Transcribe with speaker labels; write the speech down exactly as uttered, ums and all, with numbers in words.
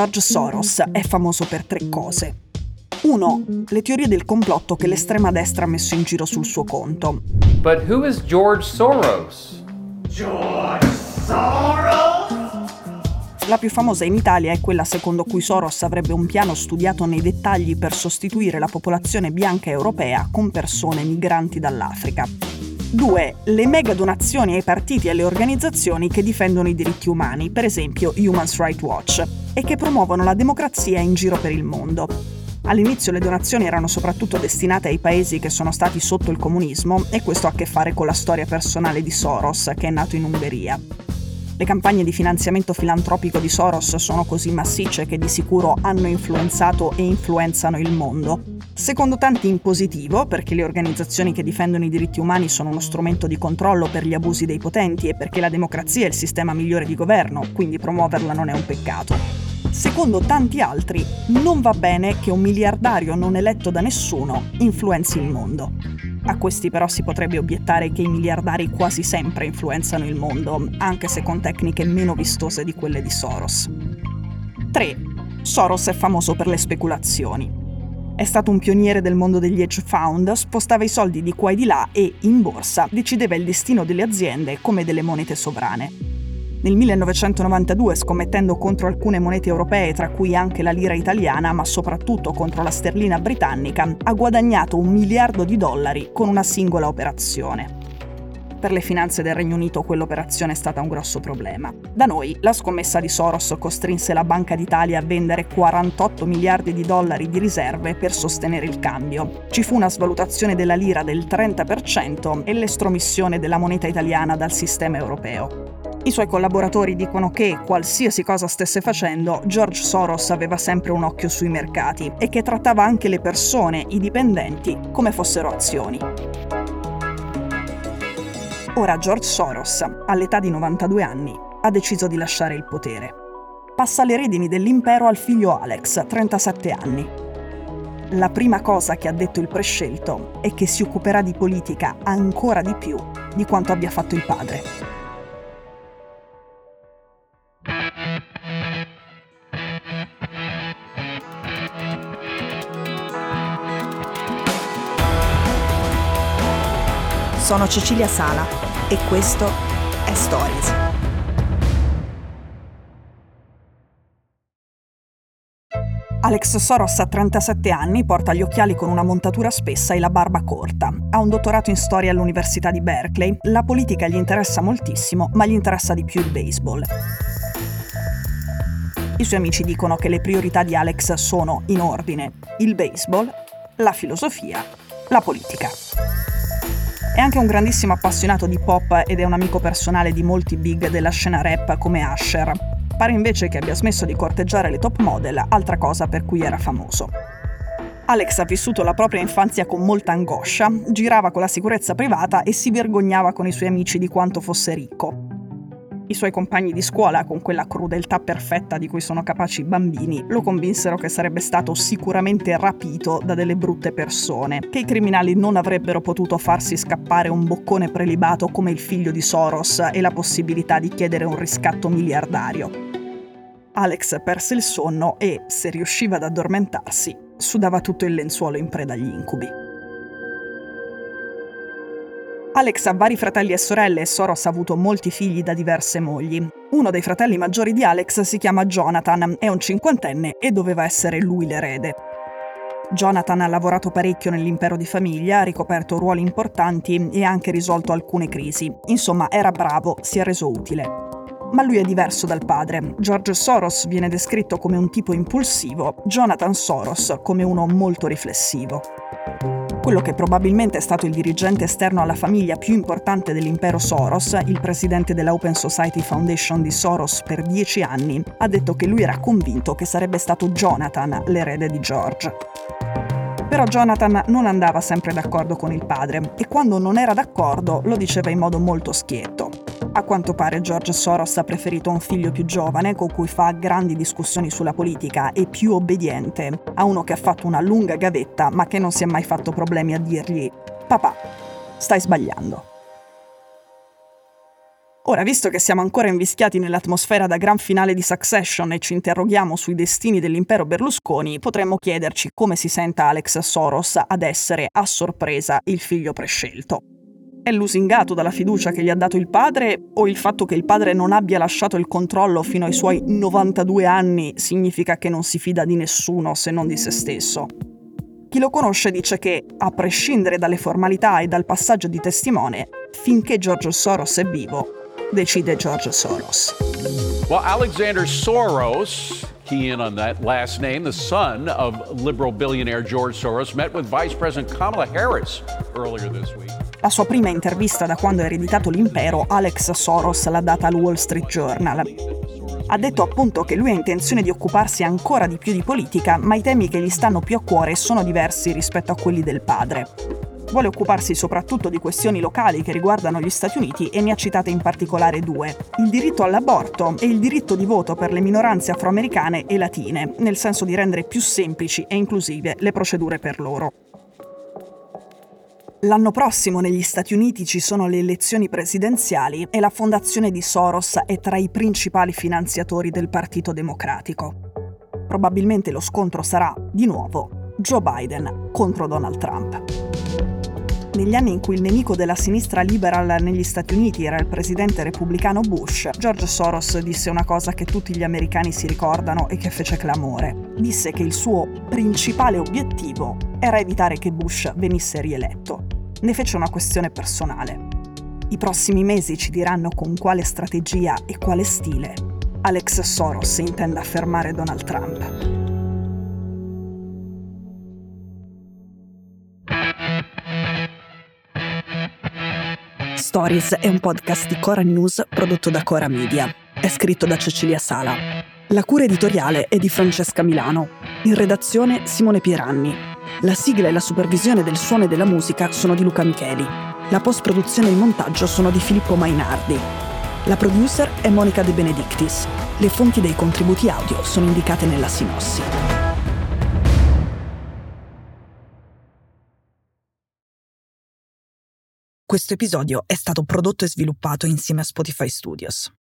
Speaker 1: George Soros è famoso per tre cose. uno. Le teorie del complotto che l'estrema destra ha messo in giro sul suo conto.
Speaker 2: But who is George Soros?
Speaker 3: George Soros?
Speaker 1: La più famosa in Italia è quella secondo cui Soros avrebbe un piano studiato nei dettagli per sostituire la popolazione bianca europea con persone migranti dall'Africa. due. Le mega donazioni ai partiti e alle organizzazioni che difendono i diritti umani, per esempio Human Rights Watch, e che promuovono la democrazia in giro per il mondo. All'inizio le donazioni erano soprattutto destinate ai paesi che sono stati sotto il comunismo, e questo ha a che fare con la storia personale di Soros, che è nato in Ungheria. Le campagne di finanziamento filantropico di Soros sono così massicce che di sicuro hanno influenzato e influenzano il mondo. Secondo tanti in positivo, perché le organizzazioni che difendono i diritti umani sono uno strumento di controllo per gli abusi dei potenti e perché la democrazia è il sistema migliore di governo, quindi promuoverla non è un peccato. Secondo tanti altri, non va bene che un miliardario non eletto da nessuno influenzi il mondo. A questi però si potrebbe obiettare che i miliardari quasi sempre influenzano il mondo, anche se con tecniche meno vistose di quelle di Soros. tre. Soros è famoso per le speculazioni. È stato un pioniere del mondo degli hedge fund, spostava i soldi di qua e di là e, in borsa, decideva il destino delle aziende come delle monete sovrane. Nel millenovecentonovantadue, scommettendo contro alcune monete europee, tra cui anche la lira italiana, ma soprattutto contro la sterlina britannica, ha guadagnato un miliardo di dollari con una singola operazione. Per le finanze del Regno Unito quell'operazione è stata un grosso problema. Da noi, la scommessa di Soros costrinse la Banca d'Italia a vendere quarantotto miliardi di dollari di riserve per sostenere il cambio. Ci fu una svalutazione della lira del trenta per cento e l'estromissione della moneta italiana dal sistema europeo. I suoi collaboratori dicono che, qualsiasi cosa stesse facendo, George Soros aveva sempre un occhio sui mercati e che trattava anche le persone, i dipendenti, come fossero azioni. Ora George Soros, all'età di novantadue anni, ha deciso di lasciare il potere. Passa le redini dell'impero al figlio Alex, trentasette anni. La prima cosa che ha detto il prescelto è che si occuperà di politica ancora di più di quanto abbia fatto il padre.
Speaker 4: Sono Cecilia Sala e questo è Stories.
Speaker 1: Alex Soros ha trentasette anni, porta gli occhiali con una montatura spessa e la barba corta. Ha un dottorato in storia all'Università di Berkeley. La politica gli interessa moltissimo, ma gli interessa di più il baseball. I suoi amici dicono che le priorità di Alex sono, in ordine, il baseball, la filosofia, la politica. È anche un grandissimo appassionato di pop ed è un amico personale di molti big della scena rap come Usher. Pare invece che abbia smesso di corteggiare le top model, altra cosa per cui era famoso. Alex ha vissuto la propria infanzia con molta angoscia, girava con la sicurezza privata e si vergognava con i suoi amici di quanto fosse ricco. I suoi compagni di scuola, con quella crudeltà perfetta di cui sono capaci i bambini, lo convinsero che sarebbe stato sicuramente rapito da delle brutte persone, che i criminali non avrebbero potuto farsi scappare un boccone prelibato come il figlio di Soros e la possibilità di chiedere un riscatto miliardario. Alex perse il sonno e, se riusciva ad addormentarsi, sudava tutto il lenzuolo in preda agli incubi. Alex ha vari fratelli e sorelle e Soros ha avuto molti figli da diverse mogli. Uno dei fratelli maggiori di Alex si chiama Jonathan, è un cinquantenne e doveva essere lui l'erede. Jonathan ha lavorato parecchio nell'impero di famiglia, ha ricoperto ruoli importanti e ha anche risolto alcune crisi. Insomma, era bravo, si è reso utile. Ma lui è diverso dal padre. George Soros viene descritto come un tipo impulsivo, Jonathan Soros come uno molto riflessivo. Quello che probabilmente è stato il dirigente esterno alla famiglia più importante dell'impero Soros, il presidente della Open Society Foundation di Soros per dieci anni, ha detto che lui era convinto che sarebbe stato Jonathan l'erede di George. Però Jonathan non andava sempre d'accordo con il padre e quando non era d'accordo lo diceva in modo molto schietto. A quanto pare George Soros ha preferito un figlio più giovane con cui fa grandi discussioni sulla politica e più obbediente a uno che ha fatto una lunga gavetta ma che non si è mai fatto problemi a dirgli «Papà, stai sbagliando». Ora, visto che siamo ancora invischiati nell'atmosfera da gran finale di Succession e ci interroghiamo sui destini dell'impero Berlusconi, potremmo chiederci come si senta Alex Soros ad essere, a sorpresa, il figlio prescelto. È lusingato dalla fiducia che gli ha dato il padre o il fatto che il padre non abbia lasciato il controllo fino ai suoi novantadue anni significa che non si fida di nessuno se non di se stesso? Chi lo conosce dice che, a prescindere dalle formalità e dal passaggio di testimone, finché George Soros è vivo, decide George Soros.
Speaker 5: Well, Alexander Soros, key in on that last name, the son of liberal billionaire George Soros, met with Vice President Kamala Harris earlier this week.
Speaker 1: La sua prima intervista da quando ha ereditato l'impero, Alex Soros l'ha data al Wall Street Journal. Ha detto appunto che lui ha intenzione di occuparsi ancora di più di politica, ma i temi che gli stanno più a cuore sono diversi rispetto a quelli del padre. Vuole occuparsi soprattutto di questioni locali che riguardano gli Stati Uniti e ne ha citate in particolare due: il diritto all'aborto e il diritto di voto per le minoranze afroamericane e latine, nel senso di rendere più semplici e inclusive le procedure per loro. L'anno prossimo negli Stati Uniti ci sono le elezioni presidenziali e la fondazione di Soros è tra i principali finanziatori del Partito Democratico. Probabilmente lo scontro sarà, di nuovo, Joe Biden contro Donald Trump. Negli anni in cui il nemico della sinistra liberal negli Stati Uniti era il presidente repubblicano Bush, George Soros disse una cosa che tutti gli americani si ricordano e che fece clamore. Disse che il suo principale obiettivo era evitare che Bush venisse rieletto. Ne fece una questione personale. I prossimi mesi ci diranno con quale strategia e quale stile Alex Soros intenda fermare Donald Trump.
Speaker 4: Stories è un podcast di Cora News prodotto da Cora Media. È scritto da Cecilia Sala. La cura editoriale è di Francesca Milano. In redazione Simone Pieranni. La sigla e la supervisione del suono e della musica sono di Luca Micheli. La post-produzione e il montaggio sono di Filippo Mainardi. La producer è Monica De Benedictis. Le fonti dei contributi audio sono indicate nella sinossi. Questo episodio è stato prodotto e sviluppato insieme a Spotify Studios.